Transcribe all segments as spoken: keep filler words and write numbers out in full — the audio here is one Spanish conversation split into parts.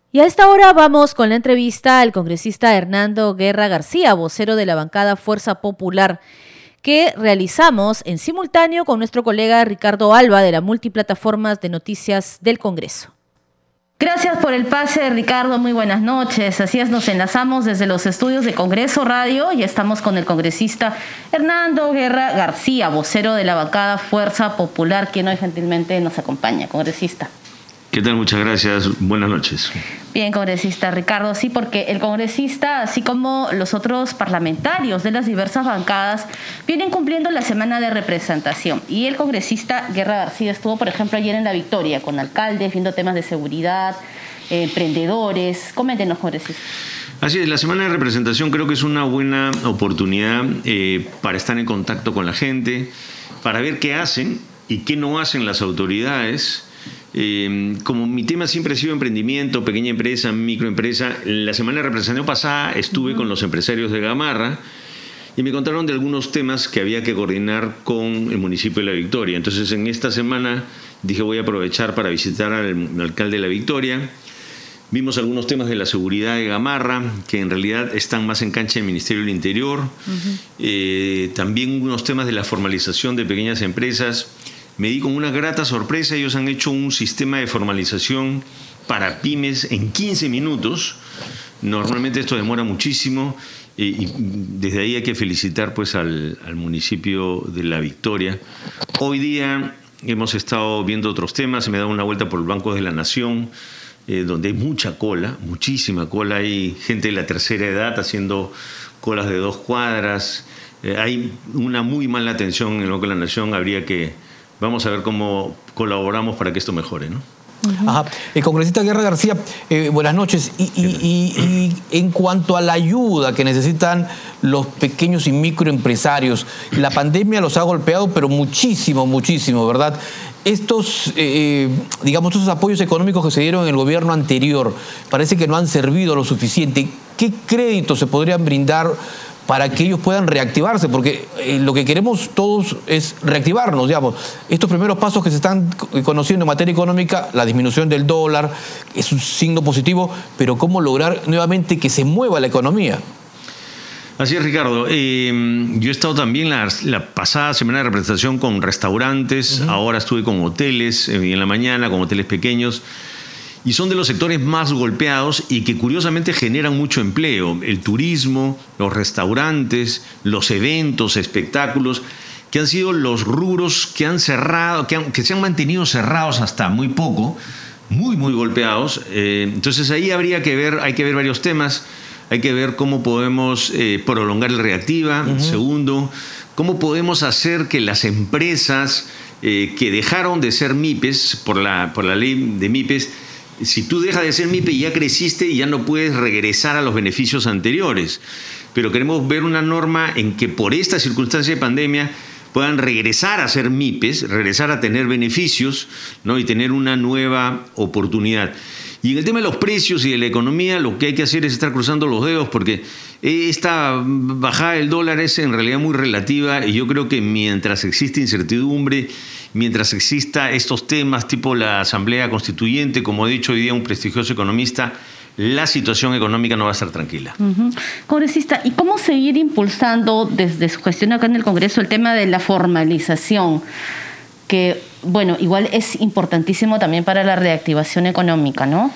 Y a esta hora vamos con la entrevista al congresista Hernando Guerra García, vocero de la bancada Fuerza Popular, que realizamos en simultáneo con nuestro colega Ricardo Alba de la Multiplataformas de Noticias del Congreso. Gracias por el pase, Ricardo. Muy buenas noches. Así es, nos enlazamos desde los estudios de Congreso Radio y estamos con el congresista Hernando Guerra García, vocero de la bancada Fuerza Popular, quien hoy gentilmente nos acompaña. Congresista. ¿Qué tal? Muchas gracias. Buenas noches. Bien, congresista Ricardo, sí, porque el congresista, así como los otros parlamentarios de las diversas bancadas, vienen cumpliendo la semana de representación. Y el congresista Guerra García estuvo, por ejemplo, ayer en La Victoria con alcaldes, viendo temas de seguridad, eh, emprendedores. Coméntenos, congresista. Así es, la semana de representación creo que es una buena oportunidad eh, para estar en contacto con la gente, para ver qué hacen y qué no hacen las autoridades. Eh, como mi tema siempre ha sido emprendimiento, pequeña empresa, microempresa, la semana de representación pasada estuve uh-huh. con los empresarios de Gamarra y me contaron de algunos temas que había que coordinar con el municipio de La Victoria. Entonces en esta semana dije voy a aprovechar para visitar al, al alcalde de La Victoria. Vimos algunos temas de la seguridad de Gamarra, que en realidad están más en cancha del Ministerio del Interior. Uh-huh. Eh, también unos temas de la formalización de pequeñas empresas. Me di con una grata sorpresa, ellos han hecho un sistema de formalización para pymes en quince minutos. Normalmente esto demora muchísimo y, y desde ahí hay que felicitar pues al, al municipio de La Victoria. Hoy día hemos estado viendo otros temas, se me da una vuelta por el Banco de la Nación, eh, donde hay mucha cola, muchísima cola, hay gente de la tercera edad haciendo colas de dos cuadras, eh, hay una muy mala atención en el Banco de la Nación, habría que... Vamos a ver cómo colaboramos para que esto mejore, ¿no? Ajá. El congresista Guerra García, eh, buenas noches. Y, y, y, y en cuanto a la ayuda que necesitan los pequeños y microempresarios, la pandemia los ha golpeado, pero muchísimo, muchísimo, ¿verdad? Estos, eh, digamos, estos apoyos económicos que se dieron en el gobierno anterior parece que no han servido lo suficiente. ¿Qué créditos se podrían brindar para que ellos puedan reactivarse? Porque eh, lo que queremos todos es reactivarnos, digamos. Estos primeros pasos que se están conociendo en materia económica, la disminución del dólar, es un signo positivo, pero ¿cómo lograr nuevamente que se mueva la economía? Así es, Ricardo. Eh, yo he estado también la, la pasada semana de representación con restaurantes, uh-huh. ahora estuve con hoteles, eh, en la mañana con hoteles pequeños, y son de los sectores más golpeados y que curiosamente generan mucho empleo. El turismo, los restaurantes, los eventos, espectáculos, que han sido los rubros que han cerrado, que, han, que se han mantenido cerrados hasta muy poco, muy, muy golpeados. Eh, entonces ahí habría que ver, hay que ver varios temas. Hay que ver cómo podemos eh, prolongar el reactiva. Uh-huh. Segundo, cómo podemos hacer que las empresas eh, que dejaron de ser MIPES por la, por la ley de MIPES, si tú dejas de ser MIPE y ya creciste y ya no puedes regresar a los beneficios anteriores. Pero queremos ver una norma en que por esta circunstancia de pandemia puedan regresar a ser MIPES, regresar a tener beneficios, ¿no? Y tener una nueva oportunidad. Y en el tema de los precios y de la economía, lo que hay que hacer es estar cruzando los dedos, porque esta bajada del dólar es en realidad muy relativa y yo creo que mientras existe incertidumbre, mientras exista estos temas tipo la Asamblea Constituyente, como ha dicho hoy día un prestigioso economista, la situación económica no va a estar tranquila. Uh-huh. Congresista, ¿y cómo seguir impulsando desde su gestión acá en el Congreso el tema de la formalización? Que, bueno, igual es importantísimo también para la reactivación económica, ¿no?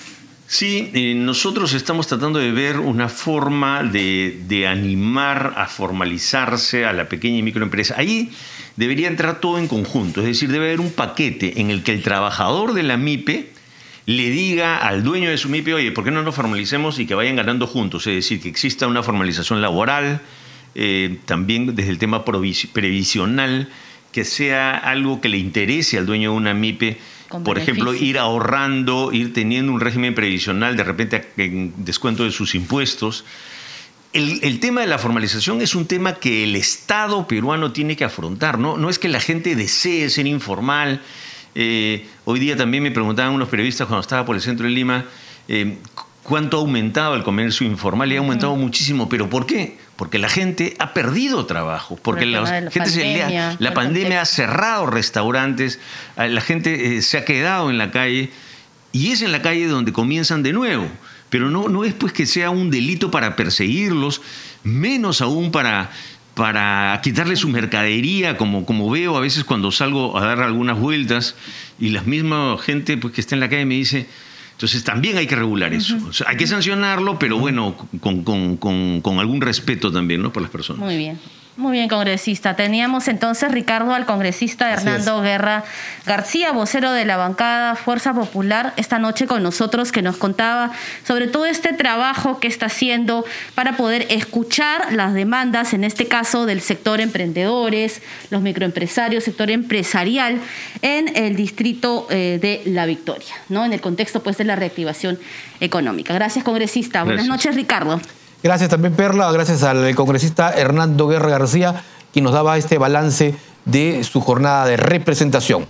Sí, eh, nosotros estamos tratando de ver una forma de, de animar a formalizarse a la pequeña y microempresa. Ahí debería entrar todo en conjunto, es decir, debe haber un paquete en el que el trabajador de la MIPE le diga al dueño de su MIPE, oye, ¿por qué no nos formalicemos y que vayan ganando juntos? Es decir, que exista una formalización laboral, eh, también desde el tema provis- previsional, que sea algo que le interese al dueño de una MIPE, por beneficio. Ejemplo, ir ahorrando, ir teniendo un régimen previsional, de repente en descuento de sus impuestos. El, el tema de la formalización es un tema que el Estado peruano tiene que afrontar, ¿no? No es que la gente desee ser informal. Eh, hoy día también me preguntaban unos periodistas cuando estaba por el centro de Lima, eh, ¿cuánto ha aumentado el comercio informal? Y ha aumentado uh-huh. muchísimo. ¿Pero por qué? Porque la gente ha perdido trabajo, porque la, la gente pandemia, se, la, la pandemia ha cerrado restaurantes, la gente eh, se ha quedado en la calle y es en la calle donde comienzan de nuevo. Pero no, no es pues que sea un delito para perseguirlos, menos aún para, para quitarle su mercadería, como, como veo a veces cuando salgo a dar algunas vueltas y la misma gente pues, que está en la calle me dice, entonces también hay que regular eso. O sea, hay que sancionarlo, pero bueno, con, con, con, con algún respeto también, ¿no? Por las personas. Muy bien. Muy bien, congresista. Teníamos entonces, Ricardo, al congresista Hernando Guerra García, vocero de la bancada Fuerza Popular, esta noche con nosotros, que nos contaba sobre todo este trabajo que está haciendo para poder escuchar las demandas, en este caso del sector emprendedores, los microempresarios, sector empresarial, en el distrito eh, de La Victoria, ¿no? En el contexto pues de la reactivación económica. Gracias, congresista. Gracias. Buenas noches, Ricardo. Gracias también, Perla, gracias al congresista Hernando Guerra García, quien nos daba este balance de su jornada de representación.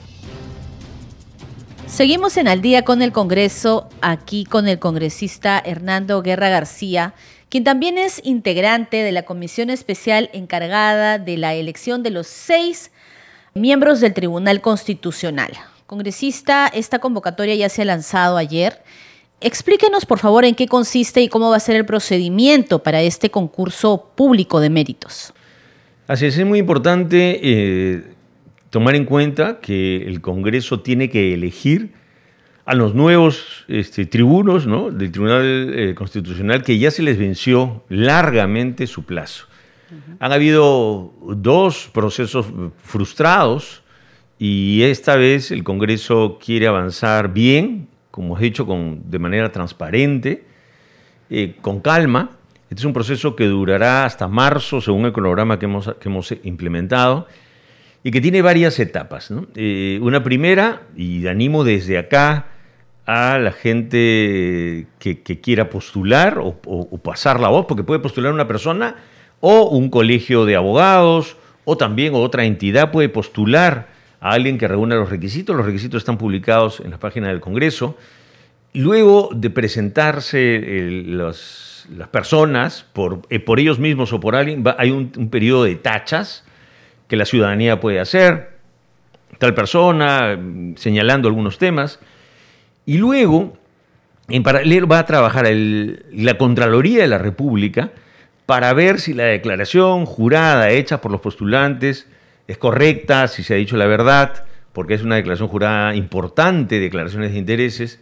Seguimos en Al Día con el Congreso, aquí con el congresista Hernando Guerra García, quien también es integrante de la comisión especial encargada de la elección de los seis miembros del Tribunal Constitucional. Congresista, esta convocatoria ya se ha lanzado ayer. Explíquenos, por favor, en qué consiste y cómo va a ser el procedimiento para este concurso público de méritos. Así es, es muy importante eh, tomar en cuenta que el Congreso tiene que elegir a los nuevos este, tribunos, ¿no?, del Tribunal eh, Constitucional, que ya se les venció largamente su plazo. Uh-huh. Han habido dos procesos frustrados y esta vez el Congreso quiere avanzar bien, como he dicho, con, de manera transparente, eh, con calma. Este es un proceso que durará hasta marzo, según el cronograma que hemos, que hemos implementado, y que tiene varias etapas, ¿no? Eh, una primera, y animo desde acá a la gente que, que quiera postular o, o, o pasar la voz, porque puede postular una persona o un colegio de abogados, o también otra entidad puede postular a alguien que reúna los requisitos. Los requisitos están publicados en la página del Congreso. Luego de presentarse el, los, las personas por, eh, por ellos mismos o por alguien, va, hay un, un periodo de tachas que la ciudadanía puede hacer, tal persona, señalando algunos temas. Y luego, en paralelo, va a trabajar el, la Contraloría de la República para ver si la declaración jurada hecha por los postulantes es correcta, si se ha dicho la verdad, porque es una declaración jurada importante, declaraciones de intereses.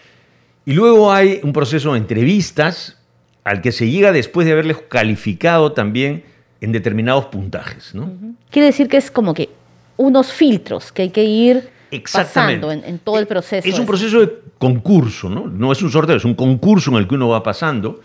Y luego hay un proceso de entrevistas al que se llega después de haberles calificado también en determinados puntajes, ¿no? Uh-huh. Quiere decir que es como que unos filtros que hay que ir pasando en, en todo el proceso. Es un proceso de concurso, ¿no? No es un sorteo, es un concurso en el que uno va pasando.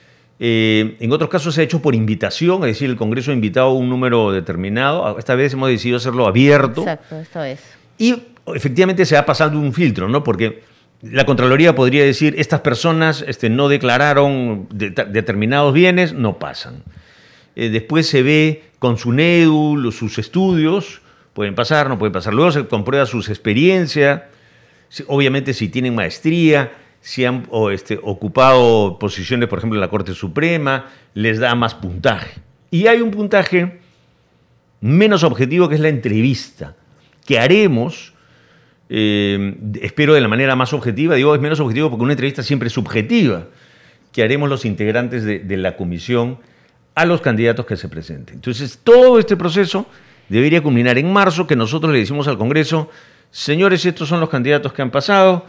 Eh, en otros casos se ha hecho por invitación, es decir, el Congreso ha invitado a un número determinado. Esta vez hemos decidido hacerlo abierto. Exacto, esta vez. Y efectivamente se va pasando un filtro, ¿no? Porque la Contraloría podría decir, estas personas este, no declararon de, determinados bienes, no pasan. Eh, después se ve con su N E D U, sus estudios, pueden pasar, no pueden pasar. Luego se comprueba sus experiencias, obviamente si tienen maestría, si han o, este, ocupado posiciones, por ejemplo, en la Corte Suprema, les da más puntaje. Y hay un puntaje menos objetivo, que es la entrevista, que haremos, eh, espero de la manera más objetiva. Digo, es menos objetivo porque una entrevista siempre es subjetiva, que haremos los integrantes de, de la comisión a los candidatos que se presenten. Entonces, todo este proceso debería culminar en marzo, que nosotros le decimos al Congreso, señores, estos son los candidatos que han pasado,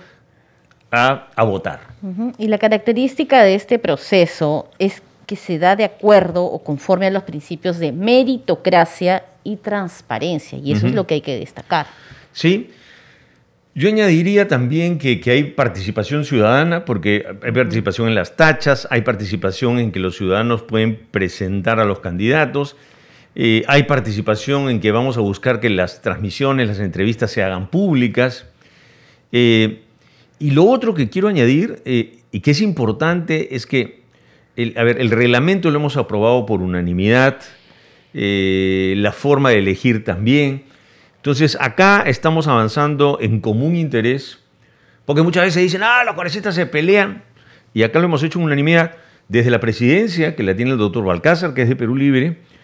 A, a votar. Uh-huh. Y la característica de este proceso es que se da de acuerdo o conforme a los principios de meritocracia y transparencia, y eso uh-huh. es lo que hay que destacar. Sí. Yo añadiría también que, que hay participación ciudadana, porque hay participación en las tachas, hay participación en que los ciudadanos pueden presentar a los candidatos, eh, hay participación en que vamos a buscar que las transmisiones, las entrevistas se hagan públicas. Eh, Y lo otro que quiero añadir, eh, y que es importante, es que el, a ver, el reglamento lo hemos aprobado por unanimidad, eh, la forma de elegir también. Entonces, acá estamos avanzando en común interés, porque muchas veces dicen, ah, los congresistas se pelean, y acá lo hemos hecho en unanimidad, desde la presidencia, que la tiene el doctor Balcázar, que es de Perú Libre,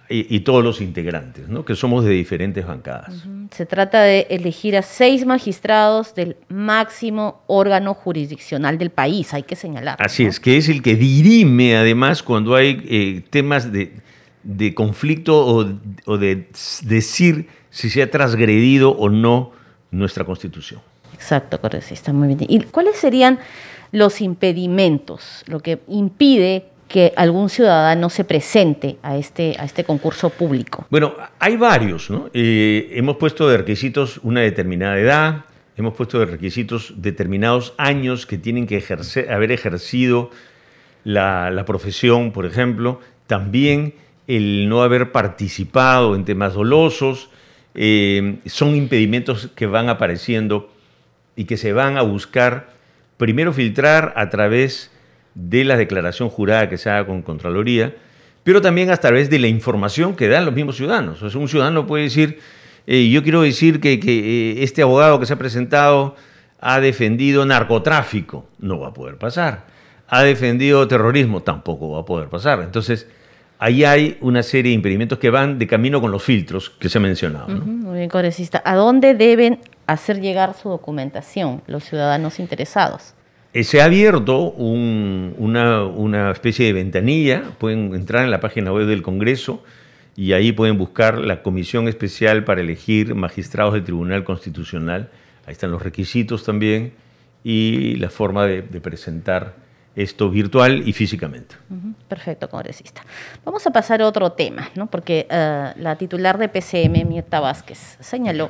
y, y todos los integrantes, ¿no? Que somos de diferentes bancadas. Uh-huh. Se trata de elegir a seis magistrados del máximo órgano jurisdiccional del país, hay que señalar. Así ¿no? es, que es el que dirime además cuando hay eh, temas de, de conflicto o, o de decir si se ha transgredido o no nuestra Constitución. Exacto, congresista, muy bien. ¿Y cuáles serían los impedimentos, lo que impide que algún ciudadano se presente a este, a este concurso público? Bueno, hay varios, ¿no? Eh, hemos puesto de requisitos una determinada edad, hemos puesto de requisitos determinados años que tienen que ejercer, haber ejercido la, la profesión, por ejemplo, también el no haber participado en temas dolosos, eh, son impedimentos que van apareciendo y que se van a buscar, primero filtrar a través de la declaración jurada que se haga con Contraloría, pero también a través de la información que dan los mismos ciudadanos. O sea, un ciudadano puede decir, eh, yo quiero decir que, que eh, este abogado que se ha presentado ha defendido narcotráfico, no va a poder pasar. Ha defendido terrorismo, tampoco va a poder pasar. Entonces, ahí hay una serie de impedimentos que van de camino con los filtros que se han mencionado, ¿no? Uh-huh, muy bien, congresista. ¿A dónde deben hacer llegar su documentación los ciudadanos interesados? Se ha abierto un, una, una especie de ventanilla, pueden entrar en la página web del Congreso y ahí pueden buscar la Comisión Especial para elegir magistrados del Tribunal Constitucional. Ahí están los requisitos también y la forma de, de presentar esto virtual y físicamente. Uh-huh. Perfecto, congresista. Vamos a pasar a otro tema, ¿no? Porque uh, la titular de P C M, Mirta Vázquez, señaló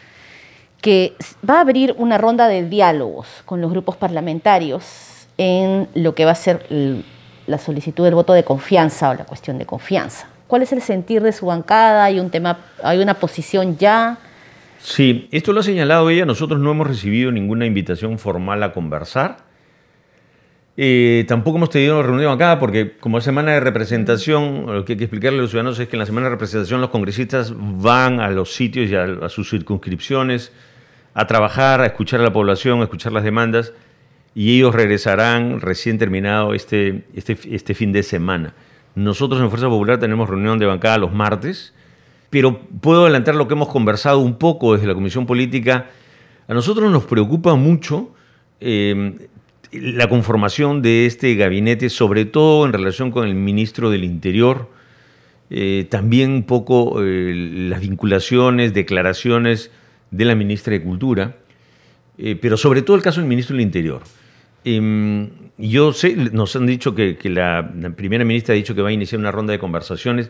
que va a abrir una ronda de diálogos con los grupos parlamentarios en lo que va a ser el, la solicitud del voto de confianza o la cuestión de confianza. ¿Cuál es el sentir de su bancada? ¿Hay un tema, hay una posición ya? Sí, esto lo ha señalado ella. Nosotros no hemos recibido ninguna invitación formal a conversar. Eh, tampoco hemos tenido una reunión de bancada porque como es semana de representación, lo que hay que explicarle a los ciudadanos es que en la semana de representación los congresistas van a los sitios y a, a sus circunscripciones a trabajar, a escuchar a la población, a escuchar las demandas, y ellos regresarán recién terminado este, este, este fin de semana. Nosotros en Fuerza Popular tenemos reunión de bancada los martes, pero puedo adelantar lo que hemos conversado un poco desde la Comisión Política. A nosotros nos preocupa mucho eh, la conformación de este gabinete, sobre todo en relación con el ministro del Interior, eh, también un poco eh, las vinculaciones, declaraciones de la ministra de Cultura, eh, pero sobre todo el caso del ministro del Interior. Eh, yo sé, nos han dicho que, que la, la primera ministra ha dicho que va a iniciar una ronda de conversaciones.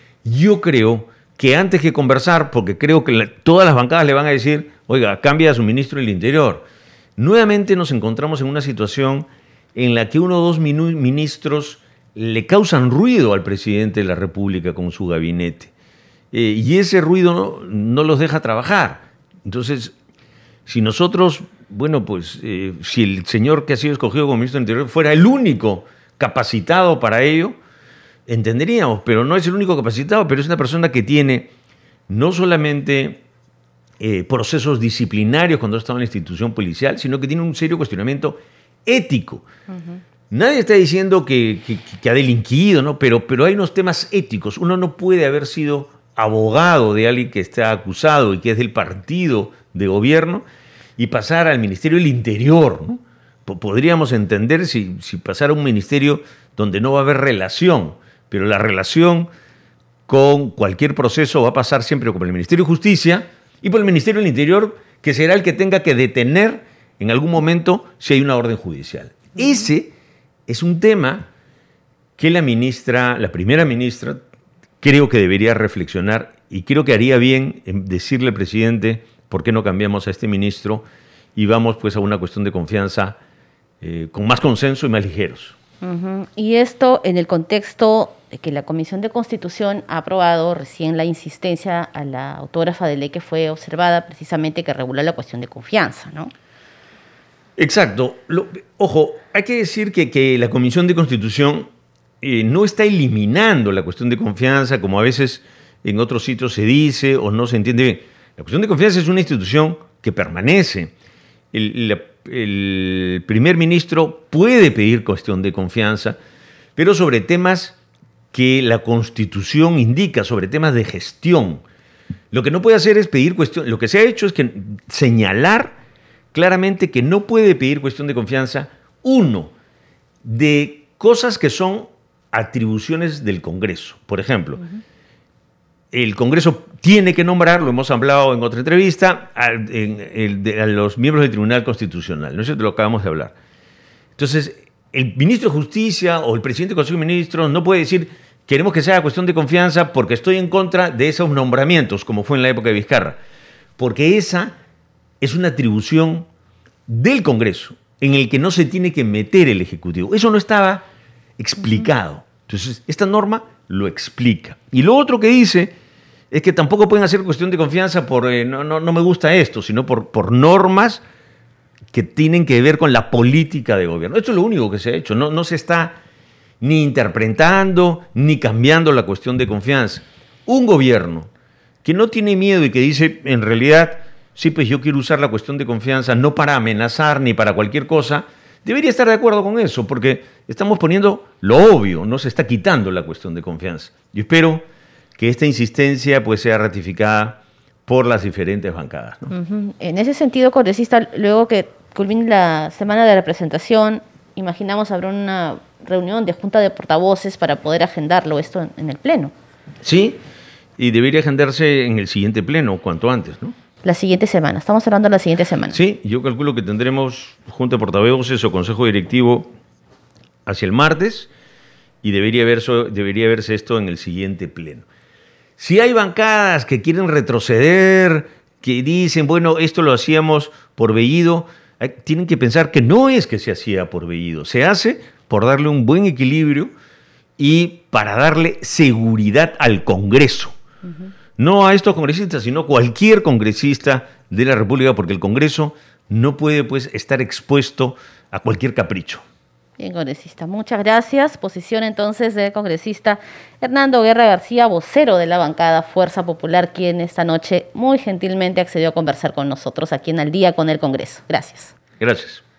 Yo creo que antes que conversar, porque creo que la, todas las bancadas le van a decir, oiga, cambia a su ministro del Interior. Nuevamente nos encontramos en una situación en la que uno o dos ministros le causan ruido al presidente de la República con su gabinete. Eh, y ese ruido no, no los deja trabajar. Entonces, si nosotros, bueno, pues, eh, si el señor que ha sido escogido como ministro del Interior fuera el único capacitado para ello, entenderíamos, pero no es el único capacitado, pero es una persona que tiene no solamente eh, procesos disciplinarios cuando ha estado en la institución policial, sino que tiene un serio cuestionamiento ético. Uh-huh. Nadie está diciendo que, que, que ha delinquido, ¿no? Pero, pero hay unos temas éticos. Uno no puede haber sido abogado de alguien que está acusado y que es del partido de gobierno y pasar al Ministerio del Interior, ¿no? Podríamos entender si, si pasara a un ministerio donde no va a haber relación, pero la relación con cualquier proceso va a pasar siempre por el Ministerio de Justicia y por el Ministerio del Interior, que será el que tenga que detener en algún momento si hay una orden judicial. Ese es un tema que la ministra, la primera ministra, creo que debería reflexionar y creo que haría bien en decirle al presidente por qué no cambiamos a este ministro y vamos pues a una cuestión de confianza eh, con más consenso y más ligeros. Uh-huh. Y esto en el contexto de que la Comisión de Constitución ha aprobado recién la insistencia a la autógrafa de ley que fue observada precisamente que regula la cuestión de confianza, ¿no? Exacto. Lo, ojo, hay que decir que, que la Comisión de Constitución eh, no está eliminando la cuestión de confianza, como a veces en otros sitios se dice o no se entiende bien. La cuestión de confianza es una institución que permanece. El, la, el primer ministro puede pedir cuestión de confianza, pero sobre temas que la Constitución indica sobre temas de gestión. Lo que no puede hacer es pedir cuestión, lo que se ha hecho es que señalar claramente que no puede pedir cuestión de confianza, uno, de cosas que son atribuciones del Congreso. Por ejemplo, uh-huh. el Congreso tiene que nombrar, lo hemos hablado en otra entrevista, a, en, el, de, a los miembros del Tribunal Constitucional. ¿No es cierto? Lo acabamos de hablar. Entonces, el ministro de Justicia o el presidente del Consejo de Ministros no puede decir queremos que sea cuestión de confianza porque estoy en contra de esos nombramientos, como fue en la época de Vizcarra. Porque esa es una atribución del Congreso en el que no se tiene que meter el Ejecutivo. Eso no estaba explicado. Entonces, esta norma lo explica. Y lo otro que dice es que tampoco pueden hacer cuestión de confianza por eh, no, no, no me gusta esto, sino por, por normas que tienen que ver con la política de gobierno. Esto es lo único que se ha hecho. No, no se está ni interpretando ni cambiando la cuestión de confianza. Un gobierno que no tiene miedo y que dice, en realidad, sí, pues yo quiero usar la cuestión de confianza no para amenazar ni para cualquier cosa, debería estar de acuerdo con eso, porque estamos poniendo lo obvio, no se está quitando la cuestión de confianza. Yo espero que esta insistencia pues sea ratificada por las diferentes bancadas, ¿no? Uh-huh. En ese sentido, congresista, luego que culmine la semana de representación, imaginamos habrá una reunión de junta de portavoces para poder agendarlo esto en, en el Pleno. Sí, y debería agendarse en el siguiente Pleno, cuanto antes, ¿no? La siguiente semana, estamos hablando de la siguiente semana. Sí, yo calculo que tendremos junta de portavoces o consejo directivo hacia el martes y debería verse, debería verse esto en el siguiente Pleno. Si hay bancadas que quieren retroceder, que dicen, bueno, esto lo hacíamos por Bellido, tienen que pensar que no es que se hacía por Bellido, se hace por darle un buen equilibrio y para darle seguridad al Congreso. Uh-huh. No a estos congresistas, sino cualquier congresista de la República, porque el Congreso no puede pues, estar expuesto a cualquier capricho. Bien, congresista, muchas gracias. Posición entonces del congresista Hernando Guerra García, vocero de la bancada Fuerza Popular, quien esta noche muy gentilmente accedió a conversar con nosotros aquí en Al Día con el Congreso. Gracias. Gracias.